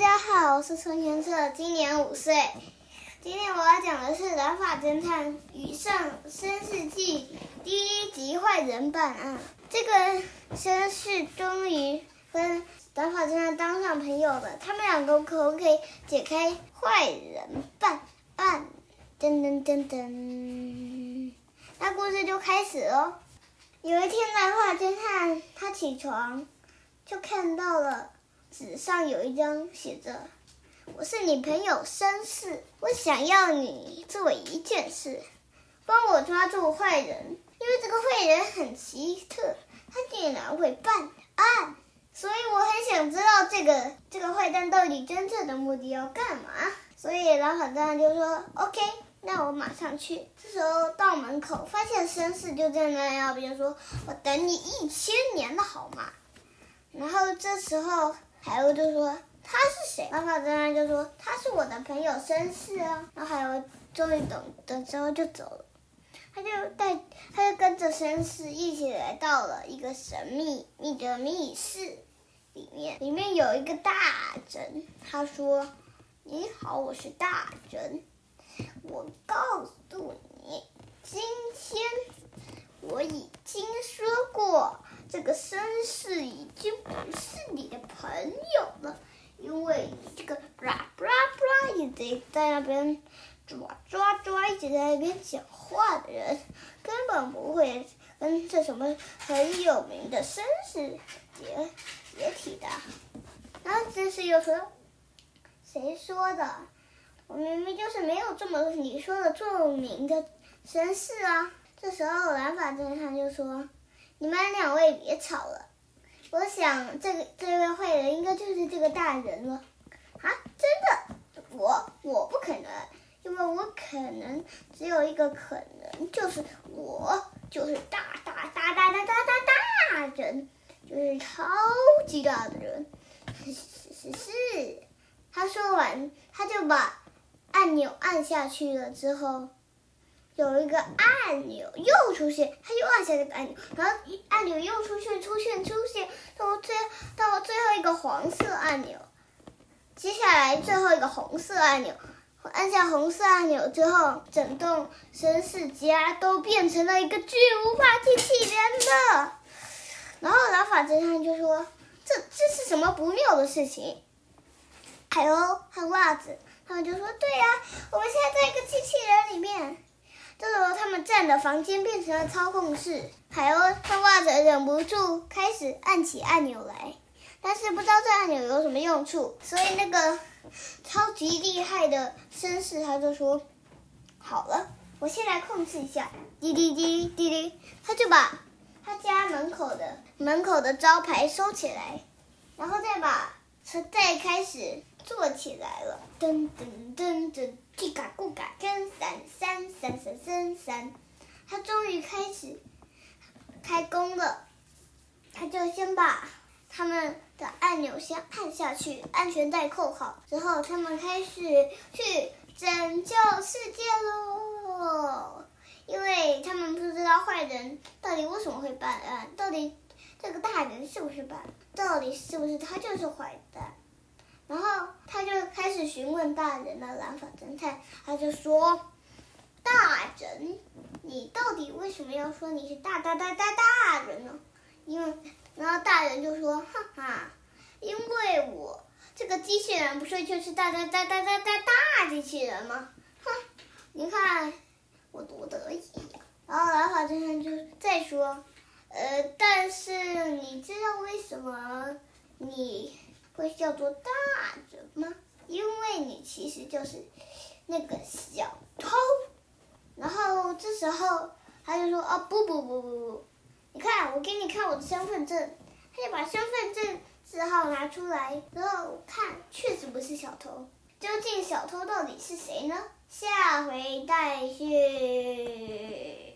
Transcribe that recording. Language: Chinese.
家好，我是春天社，今年5岁。今天我要讲的是《蓝发侦探与上绅士记》第1集坏人办案。这个绅士终于跟蓝发侦探当上朋友了，他们两个可不可以解开坏人办案？噔噔噔噔，那故事就开始了。有一天，蓝发侦探他起床，就看到了纸上有一张写着：“我是你朋友绅士，我想要你做一件事，帮我抓住坏人。因为这个坏人很奇特，他竟然会办案，所以我很想知道这个坏蛋到底真正的目的要干嘛。”所以蓝发侦探就说 ：“OK， 那我马上去。”这时候到门口，发现绅士就站在那边说：“我等你1000年了，好吗？”然后这时候海鸥就说：“他是谁？”蓝发侦探就说：“他是我的朋友绅士啊。”然后海鸥终于等之后就走了，他就跟着绅士一起来到了一个神秘的密室里面有一个大人，他说：“你好，我是大人，我告诉你，今天我已经说过，这个绅士已经不是你的朋友了，因为你这个一直在那边一直在那边讲话的人，根本不会跟这什么很有名的绅士解体的。”然后绅士又说：“谁说的？我明明就是没有这么你说的著名的绅士啊！”这时候蓝发侦探就说：“你们2位别吵了，我想这位坏人应该就是这个大人了。”“啊，真的？我不可能，因为我可能只有一个可能，就是我就是大人，就是超级大的人。”是。他说完，他就把按钮按下去了之后，有一个按钮又出现，他又按下这个按钮，然后按钮又出现，到最后一个黄色按钮，接下来最后一个红色按钮，按下红色按钮之后，整栋绅士家都变成了一个巨无霸机器人了。然后蓝发侦探就说：“这是什么不妙的事情？”海鸥和袜子他们就说：“对呀，我们现在在一个机器人里面。”这时候他们站的房间变成了操控室，海鸥和袜子忍不住开始按起按钮来，但是不知道这按钮有什么用处，所以那个超级厉害的绅士他就说：“好了，我先来控制一下。”滴滴滴滴滴，他就把他家门口的招牌收起来，然后再开始做起来了。噔噔噔噔，叽嘎咕嘎，跟33333，他终于开始开工了。他就先把他们的按钮先按下去，安全带扣好之后，他们开始去拯救世界喽。因为他们不知道坏人到底为什么会办案，到底这个大人是不是办，到底是不是他就是坏蛋。然后他就开始询问大人的蓝发侦探，他就说：“大人，你到底为什么要说你是大人呢？”然后大人就说：“哈哈，因为我这个机器人不是就是大机器人吗？哼，你看我多得意呀！”然后蓝发侦探就再说：“但是你知道为什么你会叫做大人吗？因为你其实就是那个小偷。”然后这时候他就说：“哦，不，你看，我给你看我的身份证。”他就把身份证字号拿出来，然后看，确实不是小偷。究竟小偷到底是谁呢？下回待续。